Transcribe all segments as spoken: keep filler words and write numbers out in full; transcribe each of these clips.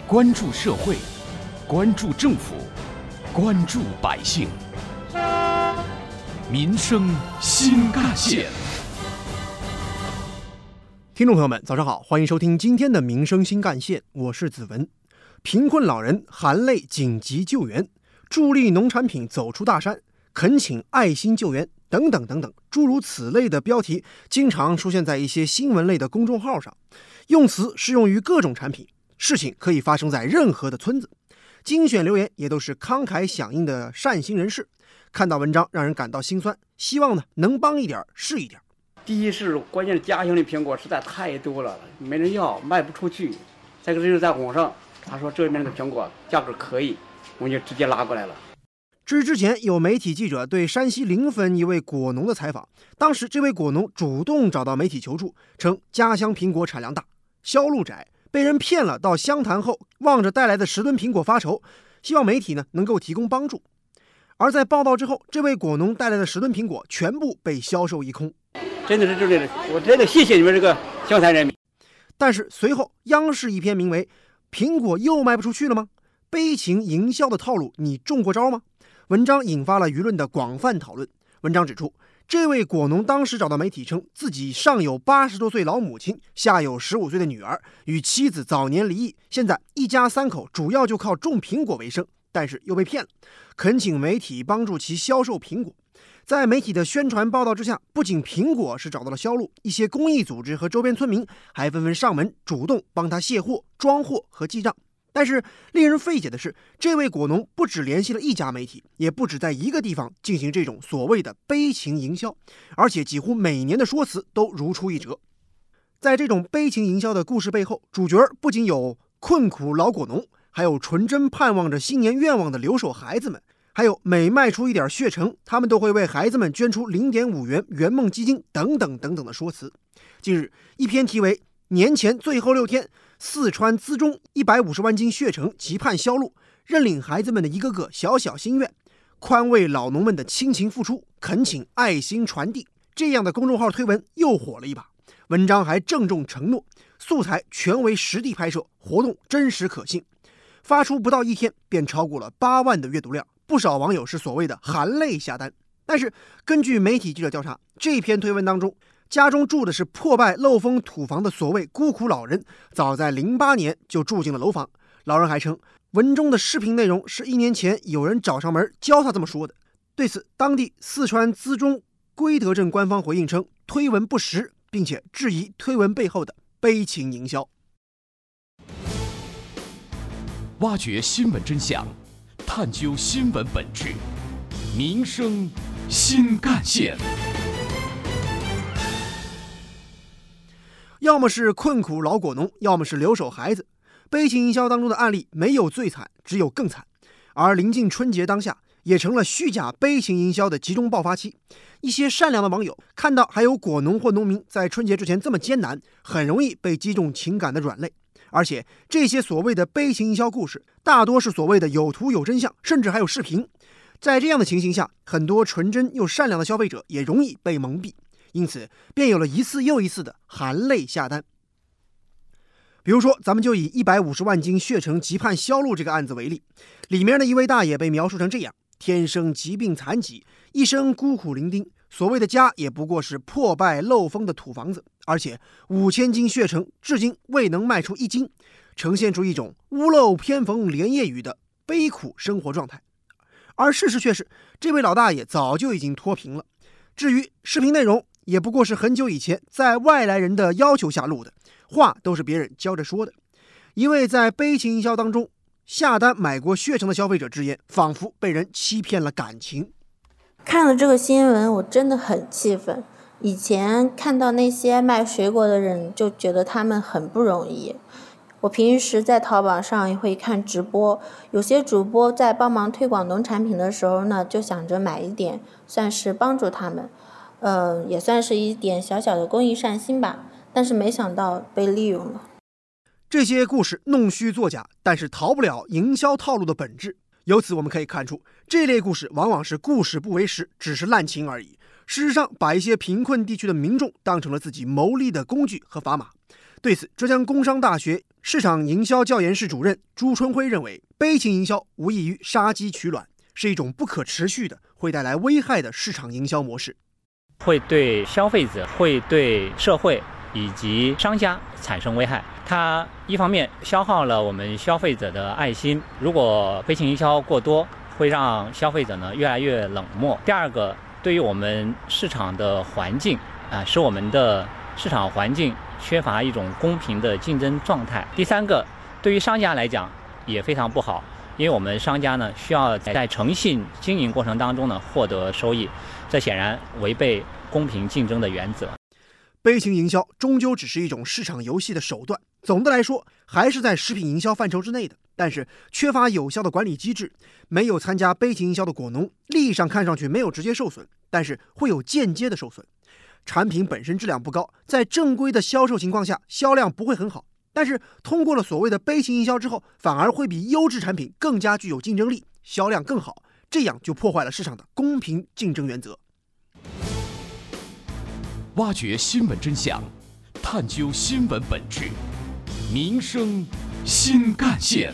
关注社会，关注政府，关注百姓，民生新干线。 听众朋友们，早上好，欢迎收听今天的民生新干线，我是子文。贫困老人含泪紧急救援，助力农产品走出大山，恳请爱心救援等等等等，诸如此类的标题经常出现在一些新闻类的公众号上，用词适用于各种产品，事情可以发生在任何的村子。精选留言也都是慷慨响应的善心人士，看到文章让人感到心酸，希望呢能帮一点是一点。 第一是关键家乡的苹果实在太多了，没人要，卖不出去。再一个就是在网上，他说这边的苹果价格可以，我们就直接拉过来了。 至于之前有媒体记者对山西临汾一位果农的采访，当时这位果农主动找到媒体求助，称家乡苹果产量大，销路窄，被人骗了，到湘潭后望着带来的十吨苹果发愁，希望媒体呢能够提供帮助。而在报道之后，这位果农带来的十吨苹果全部被销售一空。 真的是这里，我真的谢谢你们这个湘潭人民。 但是随后央视一篇名为《苹果又卖不出去了吗？悲情营销的套路你中过招吗？》文章引发了舆论的广泛讨论。文章指出，这位果农当时找到媒体称，自己上有八十多岁老母亲，下有十五岁的女儿，与妻子早年离异，现在一家三口主要就靠种苹果为生，但是又被骗了，恳请媒体帮助其销售苹果。在媒体的宣传报道之下，不仅苹果是找到了销路，一些公益组织和周边村民还纷纷上门主动帮他卸货、装货和记账。但是令人费解的是，这位果农不只联系了一家媒体，也不只在一个地方进行这种所谓的悲情营销，而且几乎每年的说辞都如出一辙。在这种悲情营销的故事背后，主角不仅有困苦老果农，还有纯真盼望着新年愿望的留守孩子们，还有每卖出一点血橙，他们都会为孩子们捐出 零点五元圆梦基金等等等等的说辞。近日，一篇题为年前最后六天，四川资中一百五十万斤血橙期盼销路，认领孩子们的一个个小小心愿，宽慰老农们的亲情付出，恳请爱心传递，这样的公众号推文又火了一把。文章还郑重承诺，素材全为实地拍摄，活动真实可信。发出不到一天便超过了八万的阅读量，不少网友是所谓的含泪下单。但是根据媒体记者调查，这篇推文当中，家中住的是破败漏风土房的所谓孤苦老人，早在零八年就住进了楼房。老人还称，文中的视频内容是一年前有人找上门教他这么说的。对此，当地四川资中归德镇官方回应称，推文不实，并且质疑推文背后的悲情营销。 挖掘新闻真相，探究新闻本质，民生新干线。 要么是困苦老果农，要么是留守孩子。悲情营销当中的案例没有最惨，只有更惨。而临近春节当下，也成了虚假悲情营销的集中爆发期。一些善良的网友看到还有果农或农民在春节之前这么艰难，很容易被击中情感的软肋。而且这些所谓的悲情营销故事，大多是所谓的有图有真相，甚至还有视频。在这样的情形下，很多纯真又善良的消费者也容易被蒙蔽，因此便有了一次又一次的含泪下单。比如说，咱们就以一百五十万斤血橙急盼销路这个案子为例，里面的一位大爷被描述成这样：天生疾病残疾，一生孤苦伶仃，所谓的家也不过是破败漏风的土房子，而且五千斤血橙至今未能卖出一斤，呈现出一种屋漏偏逢连夜雨的悲苦生活状态。而事实却是，这位老大爷早就已经脱贫了。至于视频内容，也不过是很久以前在外来人的要求下录的，话都是别人教着说的。一位在悲情营销当中下单买过血橙的消费者直言，仿佛被人欺骗了感情。 看了这个新闻，我真的很气愤。以前看到那些卖水果的人，就觉得他们很不容易。我平时在淘宝上也会看直播，有些主播在帮忙推广农产品的时候呢，就想着买一点，算是帮助他们，呃，也算是一点小小的公益善心吧。但是没想到被利用了。 这些故事弄虚作假，但是逃不了营销套路的本质。由此我们可以看出，这类故事往往是故事不为实，只是滥情而已。事实上，把一些贫困地区的民众当成了自己牟利的工具和砝码。对此，浙江工商大学市场营销教研室主任朱春辉认为，悲情营销无异于杀鸡取卵，是一种不可持续的、会带来危害的市场营销模式， 会对消费者、会对社会以及商家产生危害。它一方面消耗了我们消费者的爱心，如果悲情营销过多，会让消费者呢越来越冷漠。第二个，对于我们市场的环境啊，使我们的市场环境缺乏一种公平的竞争状态。第三个，对于商家来讲也非常不好，因为我们商家呢需要在诚信经营过程当中呢获得收益，这显然违背公平竞争的原则。 悲情营销终究只是一种市场游戏的手段，总的来说还是在食品营销范畴之内的，但是缺乏有效的管理机制。没有参加悲情营销的果农，利益上看上去没有直接受损，但是会有间接的受损。产品本身质量不高，在正规的销售情况下销量不会很好，但是通过了所谓的悲情营销之后，反而会比优质产品更加具有竞争力，销量更好，这样就破坏了市场的公平竞争原则。 挖掘新闻真相，探究新闻本质，民生新干线。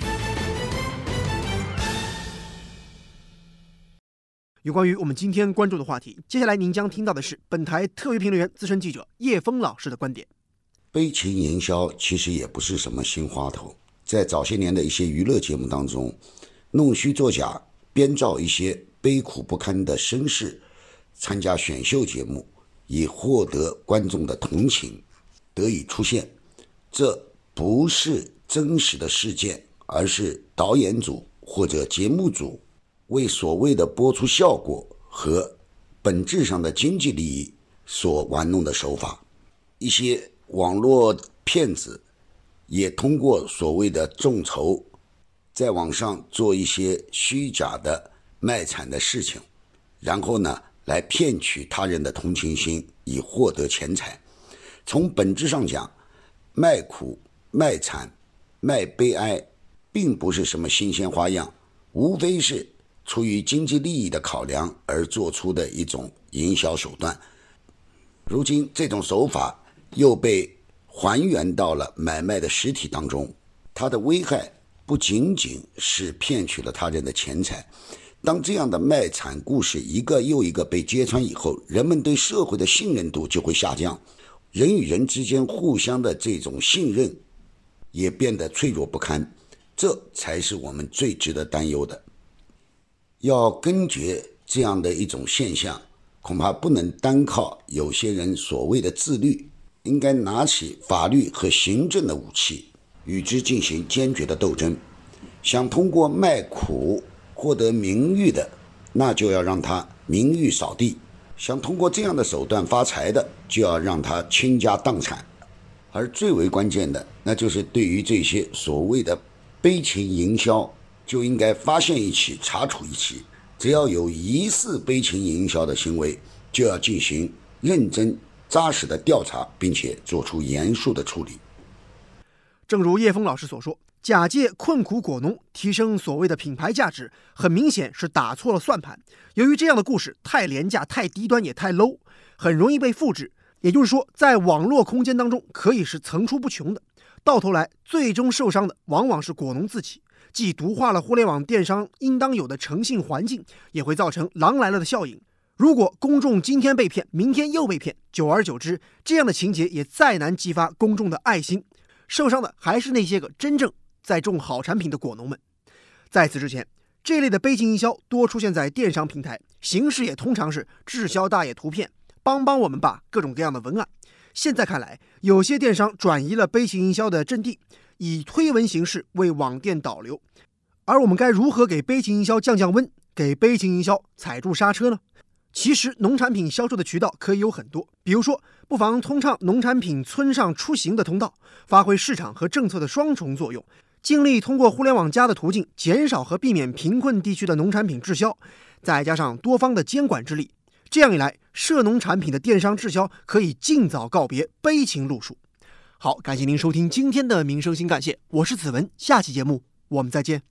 有关于我们今天关注的话题，接下来您将听到的是本台特约评论员、资深记者叶峰老师的观点。 悲情营销其实也不是什么新花头，在早些年的一些娱乐节目当中，弄虚作假，编造一些悲苦不堪的身世，参加选秀节目，以获得观众的同情，得以出现。这不是真实的事件，而是导演组或者节目组为所谓的播出效果和本质上的经济利益所玩弄的手法。一些网络骗子也通过所谓的众筹，在网上做一些虚假的卖惨的事情，然后呢来骗取他人的同情心，以获得钱财。从本质上讲，卖苦、卖惨、卖悲哀并不是什么新鲜花样，无非是出于经济利益的考量而做出的一种营销手段。如今这种手法又被还原到了买卖的实体当中，它的危害不仅仅是骗取了他人的钱财。当这样的卖惨故事一个又一个被揭穿以后，人们对社会的信任度就会下降，人与人之间互相的这种信任也变得脆弱不堪，这才是我们最值得担忧的。要根绝这样的一种现象，恐怕不能单靠有些人所谓的自律，应该拿起法律和行政的武器，与之进行坚决的斗争。想通过卖苦获得名誉的，那就要让他名誉扫地；想通过这样的手段发财的，就要让他倾家荡产。而最为关键的，那就是对于这些所谓的悲情营销，就应该发现一起，查处一起。只要有疑似悲情营销的行为，就要进行认真扎实的调查，并且做出严肃的处理。 正如叶峰老师所说，假借困苦果农提升所谓的品牌价值，很明显是打错了算盘。由于这样的故事太廉价、太低端也太 low， 很容易被复制。也就是说，在网络空间当中可以是层出不穷的，到头来最终受伤的往往是果农自己，既毒化了互联网电商应当有的诚信环境，也会造成狼来了的效应。如果公众今天被骗，明天又被骗，久而久之，这样的情节也再难激发公众的爱心，受伤的还是那些个真正在种好产品的果农们。在此之前，这类的悲情营销多出现在电商平台，形式也通常是滞销大爷图片，帮帮我们吧各种各样的文案。现在看来，有些电商转移了悲情营销的阵地，以推文形式为网店导流。而我们该如何给悲情营销降降温，给悲情营销踩住刹车呢？其实农产品销售的渠道可以有很多，比如说不妨通畅农产品村上出行的通道，发挥市场和政策的双重作用，尽力通过互联网加的途径减少和避免贫困地区的农产品滞销，再加上多方的监管之力，这样一来，涉农产品的电商滞销可以尽早告别悲情路数。好，感谢您收听今天的民生新干线，我是子文，下期节目我们再见。